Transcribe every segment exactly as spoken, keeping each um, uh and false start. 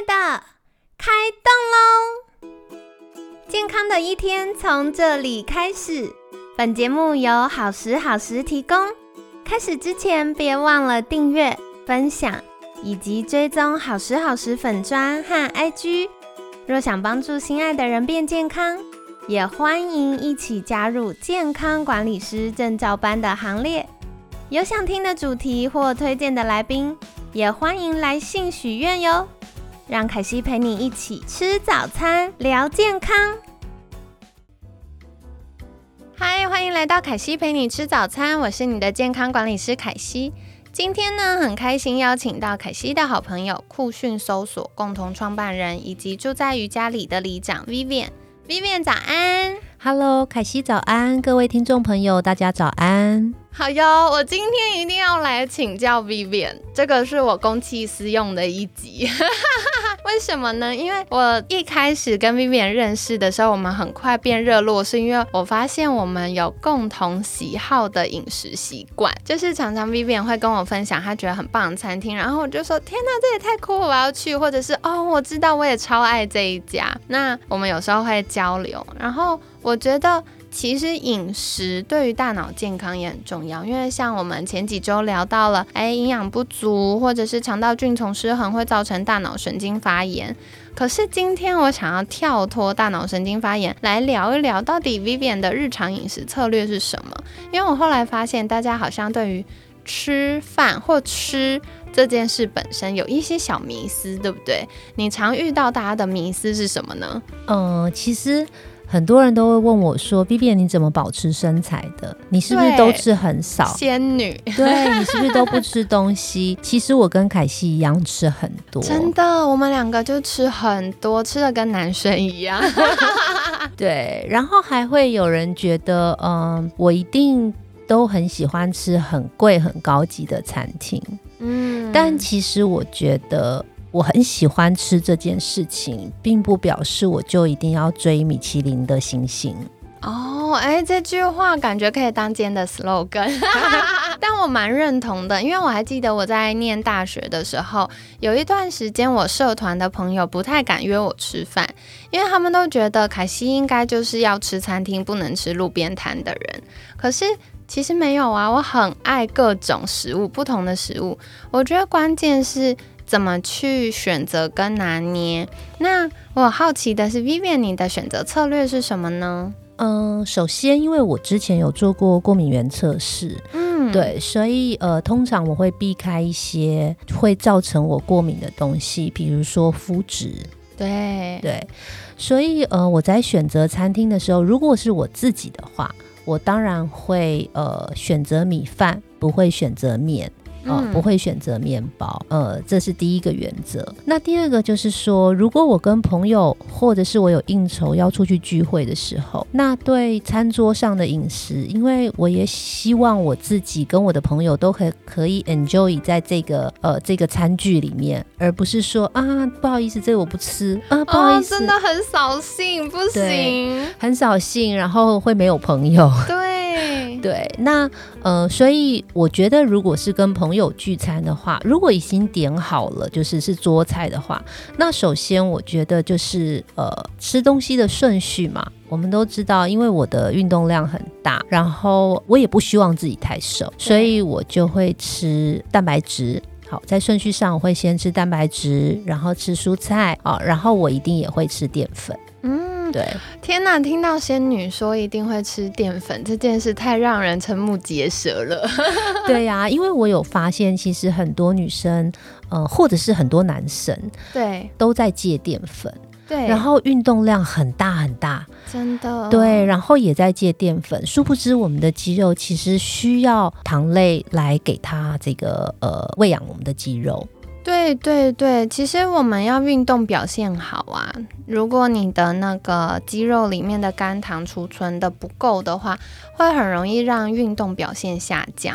的，开动咯！健康的一天从这里开始。本节目由好时好时提供。开始之前别忘了订阅、分享以及追踪好时好时粉专和 I G。 若想帮助心爱的人变健康，也欢迎一起加入健康管理师证照班的行列。有想听的主题或推荐的来宾，也欢迎来信许愿哟。让凯西陪你一起吃早餐，聊健康。嗨，欢迎来到凯西陪你吃早餐，我是你的健康管理师凯西。今天呢，很开心邀请到凯西的好朋友酷讯搜索共同创办人以及住在瑜伽里的里长 Vivian。Vivian 早安。 Hello， 凯西早安，各位听众朋友大家早安。 好哟，我今天一定要来请教 Vivian， 这个是我公器私用的一集为什么呢？因为我一开始跟 Vivian 认识的时候，我们很快变热络，是因为我发现我们有共同喜好的饮食习惯，就是常常 Vivian 会跟我分享她觉得很棒的餐厅，然后我就说天哪，这也太酷了，我要去，或者是哦我知道，我也超爱这一家。那我们有时候会交流，然后我觉得其实饮食对于大脑健康也很重要，因为像我们前几周聊到了哎，营养不足或者是肠道菌丛失衡会造成大脑神经发炎。可是今天我想要跳脱大脑神经发炎来聊一聊到底 Vivian 的日常饮食策略是什么。因为我后来发现大家好像对于吃饭或吃这件事本身有一些小迷思，对不对？你常遇到大家的迷思是什么呢？ 呃，其实很多人都会问我说 Vivian 你怎么保持身材的？你是不是都吃很少？ 仙女对，你是不是都不吃东西？其实我跟凯西一样吃很多， 真的，我们两个就吃很多，吃的跟男生一样对，然后还会有人觉得嗯，我一定都很喜欢吃很贵很高级的餐厅。嗯，但其实我觉得我很喜欢吃这件事情，并不表示我就一定要追米其林的星星。 哦，哎，这句话感觉可以当今天的 slogan 但我蛮认同的，因为我还记得我在念大学的时候，有一段时间我社团的朋友不太敢约我吃饭，因为他们都觉得凯西应该就是要吃餐厅，不能吃路边摊的人。可是其实没有啊，我很爱各种食物，不同的食物。我觉得关键是怎么去选择跟拿捏。那我好奇的是 Vivian 你的选择策略是什么呢？ 嗯、呃，首先因为我之前有做过过敏原测试，嗯，对，所以呃，通常我会避开一些会造成我过敏的东西，比如说麸质。 对对，所以呃，我在选择餐厅的时候，如果是我自己的话，我当然会呃选择米饭，不会选择面。哦、不会选择面包，呃，这是第一个原则。那第二个就是说，如果我跟朋友或者是我有应酬要出去聚会的时候，那对餐桌上的饮食，因为我也希望我自己跟我的朋友都可以可以 enjoy 在这个呃这个餐具里面，而不是说啊不好意思，这个我不吃啊，不好意思， 哦、真的很扫兴，不行， 很扫兴，然后会没有朋友。 对对，那呃，所以我觉得如果是跟朋友聚餐的话，如果已经点好了，就是是桌菜的话，那首先我觉得就是呃吃东西的顺序嘛，我们都知道，因为我的运动量很大，然后我也不希望自己太瘦，所以我就会吃蛋白质。好，在顺序上我会先吃蛋白质，然后吃蔬菜，哦，然后我一定也会吃淀粉。嗯，对。 天哪，听到仙女说一定会吃淀粉这件事，太让人瞠目结舌了对呀、啊，因为我有发现其实很多女生呃，或者是很多男生对都在戒淀粉， 对， 然后运动量很大很大， 真的， 对，然后也在戒淀粉，殊不知我们的肌肉其实需要糖类来给它这个呃喂养我们的肌肉。 对对对，其实我们要运动表现好啊，如果你的那个肌肉里面的肝糖储存的不够的话，会很容易让运动表现下降。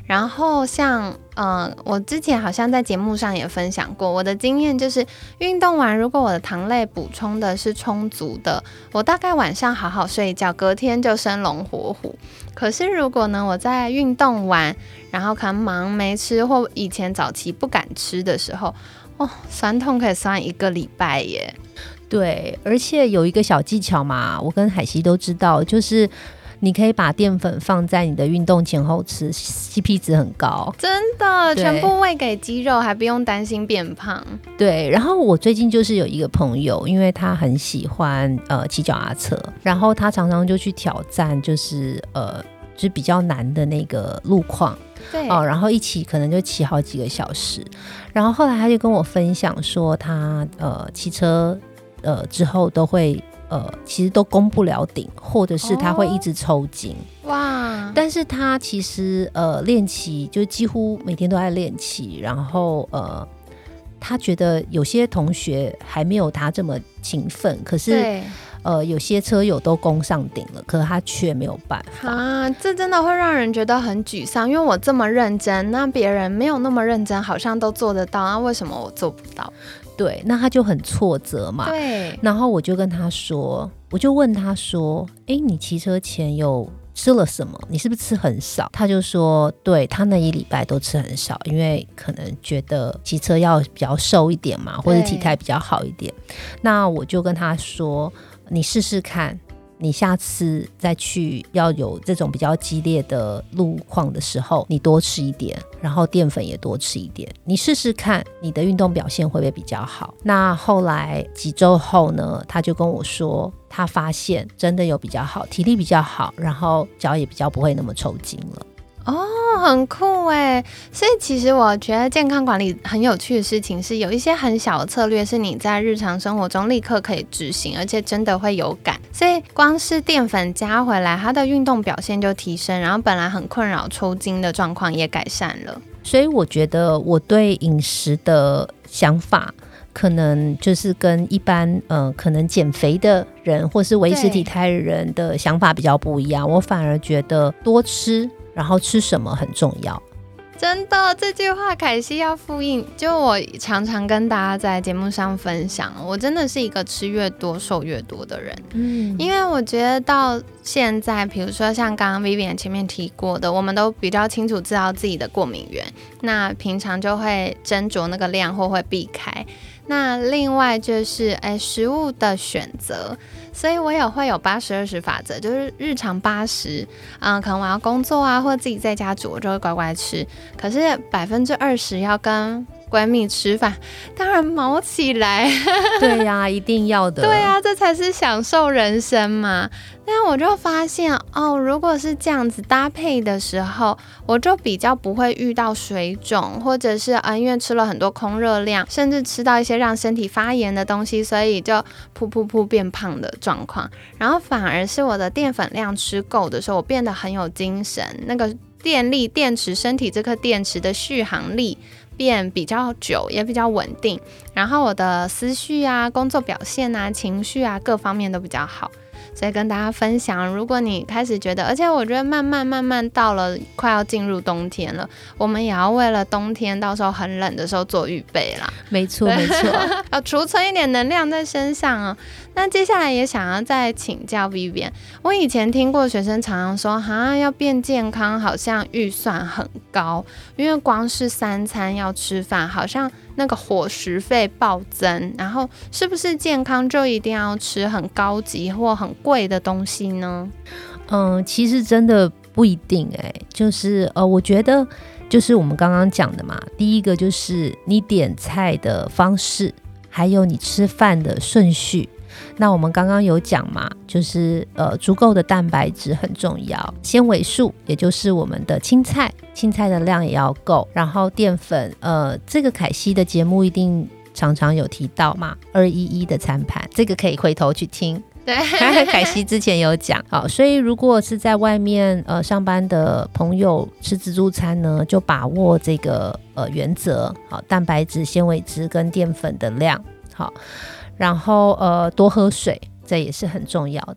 然后像呃，我之前好像在节目上也分享过，我的经验就是运动完，如果我的糖类补充的是充足的，我大概晚上好好睡一觉，隔天就生龙活虎。可是如果呢，我在运动完，然后可能忙没吃，或以前早期不敢吃的时候，哦，酸痛可以酸一个礼拜耶。 对，而且有一个小技巧嘛，我跟海西都知道，就是你可以把淀粉放在你的运动前后吃， C P 值很高， 真的，全部喂给肌肉，还不用担心变胖。 对，然后我最近就是有一个朋友，因为他很喜欢呃骑脚踏车，然后他常常就去挑战，就是呃就是比较难的那个路况。 对哦，然后一起可能就骑好几个小时，然后后来他就跟我分享说他呃骑车呃之后都会呃其实都攻不了顶，或者是他会一直抽筋。 哦、哇！ 但是他其实呃练骑就几乎每天都在练骑，然后呃他觉得有些同学还没有他这么勤奋，可是呃，有些车友都攻上顶了，可是他却没有办法啊，这真的会让人觉得很沮丧。因为我这么认真，那别人没有那么认真，好像都做得到，那为什么我做不到？ 对，那他就很挫折嘛。 对， 然后我就跟他说，我就问他说：“哎，你骑车前有吃了什么？你是不是吃很少？”他就说：“对，他那一礼拜都吃很少，因为可能觉得骑车要比较瘦一点嘛，或者体态比较好一点。”那我就跟他说，你试试看，你下次再去要有这种比较激烈的路况的时候，你多吃一点，然后淀粉也多吃一点，你试试看你的运动表现会不会比较好。那后来几周后呢，他就跟我说他发现真的有比较好，体力比较好，然后脚也比较不会那么抽筋了。 哦，很酷耶。所以其实我觉得健康管理很有趣的事情是，有一些很小的策略是你在日常生活中立刻可以执行，而且真的会有感。所以光是淀粉加回来，他的运动表现就提升，然后本来很困扰抽筋的状况也改善了。 所以我觉得我对饮食的想法可能就是跟一般呃可能减肥的人或是维持体态的人的想法比较不一样。我反而觉得多吃，然后吃什么很重要。 真的，这句话凯西要复印。就我常常跟大家在节目上分享，我真的是一个吃越多瘦越多的人。嗯，因为我觉得到现在，比如说像刚刚 Vivian 前面提过的，我们都比较清楚知道自己的过敏源，那平常就会斟酌那个量或会避开。那另外就是哎，食物的选择，所以我也会有八十二十法则，就是日常八十，嗯，可能我要工作啊，或者自己在家煮，我就会乖乖吃。可是百分之二十要跟闺蜜吃饭，当然毛起来。 对呀、啊，一定要的。 对啊，这才是享受人生嘛。那我就发现哦，如果是这样子搭配的时候，我就比较不会遇到水肿，或者是啊、呃，因为吃了很多空热量，甚至吃到一些让身体发炎的东西，所以就噗噗噗变胖的状况。然后反而是我的淀粉量吃够的时候，我变得很有精神，那个电力、电池、身体这颗电池的续航力变比较久，也比较稳定。然后我的思绪啊、工作表现啊、情绪啊各方面都比较好。所以跟大家分享，如果你开始觉得，而且我觉得慢慢慢慢到了快要进入冬天了，我们也要为了冬天到时候很冷的时候做预备啦。 没错没错， 要储存一点能量在身上哦。那接下来也想要再请教 Vivian， 我以前听过学生常常说，哈，要变健康好像预算很高，因为光是三餐要吃饭，好像那个伙食费暴增，然后是不是健康就一定要吃很高级或很贵的东西呢？ 嗯，其实真的不一定哎、欸，就是呃，我觉得就是我们刚刚讲的嘛，第一个就是你点菜的方式，还有你吃饭的顺序。那我们刚刚有讲嘛，就是呃足够的蛋白质很重要，纤维素也就是我们的青菜，青菜的量也要够，然后淀粉，呃，这个凯西的节目一定常常有提到嘛，二一一的餐盘，这个可以回头去听。 对， 凯西之前有讲，好，所以如果是在外面呃上班的朋友吃自助餐呢，就把握这个呃原则，好，蛋白质、纤维质跟淀粉的量，好。然后呃多喝水，这也是很重要的。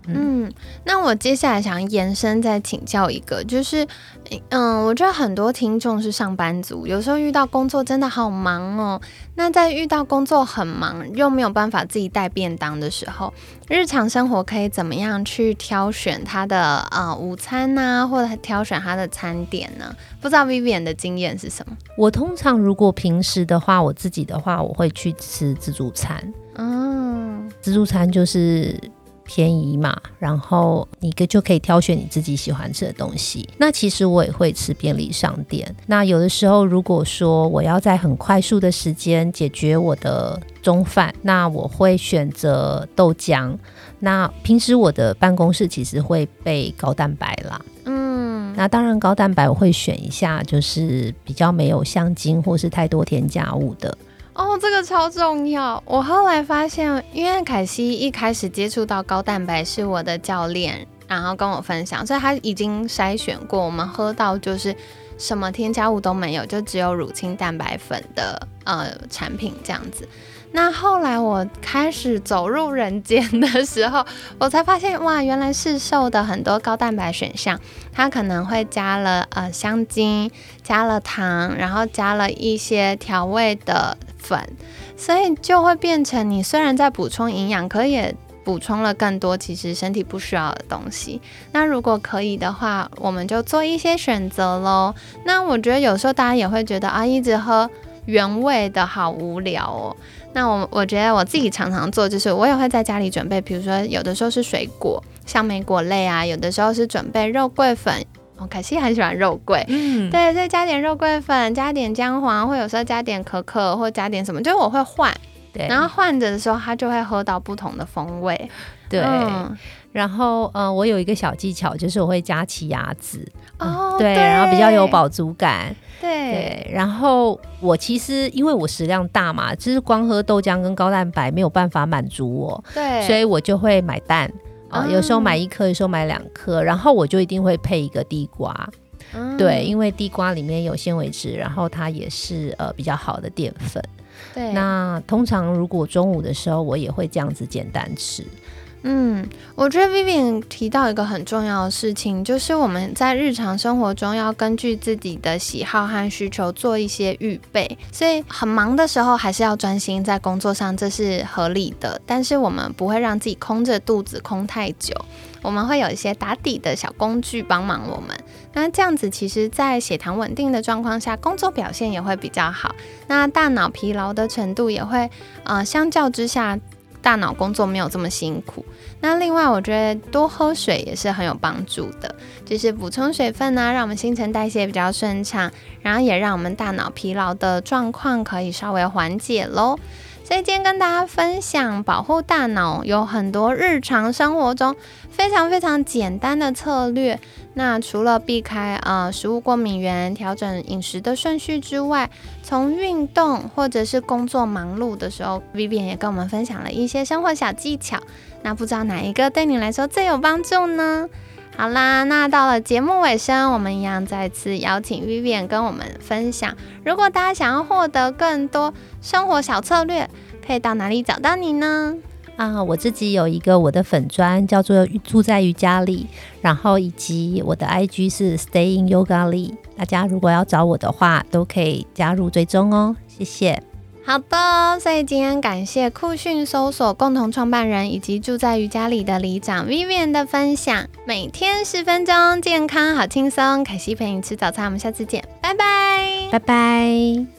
嗯，那我接下来想延伸再请教一个，就是，嗯，我觉得很多听众是上班族，有时候遇到工作真的好忙哦。那在遇到工作很忙，又没有办法自己带便当的时候，日常生活可以怎么样去挑选他的呃午餐啊，或者挑选他的餐点呢？不知道 Vivian 的经验是什么？ 我通常如果平时的话，我自己的话，我会去吃自助餐。嗯，自助餐就是便宜嘛，然后你就可以挑选你自己喜欢吃的东西。那其实我也会吃便利商店，那有的时候如果说我要在很快速的时间解决我的中饭，那我会选择豆浆。那平时我的办公室其实会备高蛋白啦，嗯，那当然高蛋白我会选一下就是比较没有香精或是太多添加物的。 哦，这个超重要。我后来发现，因为凯西一开始接触到高蛋白是我的教练，然后跟我分享，所以他已经筛选过，我们喝到就是什么添加物都没有，就只有乳清蛋白粉的呃产品这样子。那后来我开始走入人间的时候，我才发现哇，原来市售的很多高蛋白选项，它可能会加了呃香精，加了糖，然后加了一些调味的粉，所以就会变成你虽然在补充营养，可也补充了更多其实身体不需要的东西。那如果可以的话，我们就做一些选择咯。那我觉得有时候大家也会觉得啊，一直喝原味的好无聊哦。那我我觉得我自己常常做，就是我也会在家里准备，比如说有的时候是水果，像莓果类啊，有的时候是准备肉桂粉。哦，凯西很喜欢肉桂，嗯，对，所以加点肉桂粉，加点姜黄，或有时候加点可可，或加点什么，就是我会换，对，然后换着的时候，他就会喝到不同的风味， 对。嗯，然后呃，我有一个小技巧，就是我会加奇亚籽，哦、嗯，对，然后比较有饱足感。 对, 对，然后我其实因为我食量大嘛，就是光喝豆浆跟高蛋白没有办法满足我， 对， 所以我就会买蛋啊、呃，有时候买一颗，有时候买两颗，然后我就一定会配一个地瓜，嗯、对，因为地瓜里面有纤维质，然后它也是呃比较好的淀粉。 对， 那通常如果中午的时候，我也会这样子简单吃。 嗯，我觉得 Vivian 提到一个很重要的事情，就是我们在日常生活中要根据自己的喜好和需求做一些预备，所以很忙的时候还是要专心在工作上，这是合理的，但是我们不会让自己空着肚子空太久，我们会有一些打底的小工具帮忙我们，那这样子其实在血糖稳定的状况下，工作表现也会比较好，那大脑疲劳的程度也会呃相较之下大脑工作没有这么辛苦。那另外我觉得多喝水也是很有帮助的，就是补充水分啊，让我们新陈代谢比较顺畅，然后也让我们大脑疲劳的状况可以稍微缓解咯。所以今天跟大家分享保护大脑有很多日常生活中非常非常简单的策略，那除了避开呃食物过敏源，调整饮食的顺序之外，从运动或者是工作忙碌的时候， Vivian 也跟我们分享了一些生活小技巧，那不知道哪一个对你来说最有帮助呢？好啦，那到了节目尾声，我们一样再次邀请 Vivian 跟我们分享，如果大家想要获得更多生活小策略，可以到哪里找到你呢？ 啊，我自己有一个我的粉专叫做住在瑜伽里，然后以及我的 I G 是 Stay in Yoga Li， 大家如果要找我的话都可以加入追踪哦，谢谢。 好的，所以今天感谢酷讯搜索共同创办人以及住在瑜伽里的里长 Vivian 的分享，每天十分钟，健康好轻松，凯西陪你吃早餐，我们下次见，拜拜， 拜拜。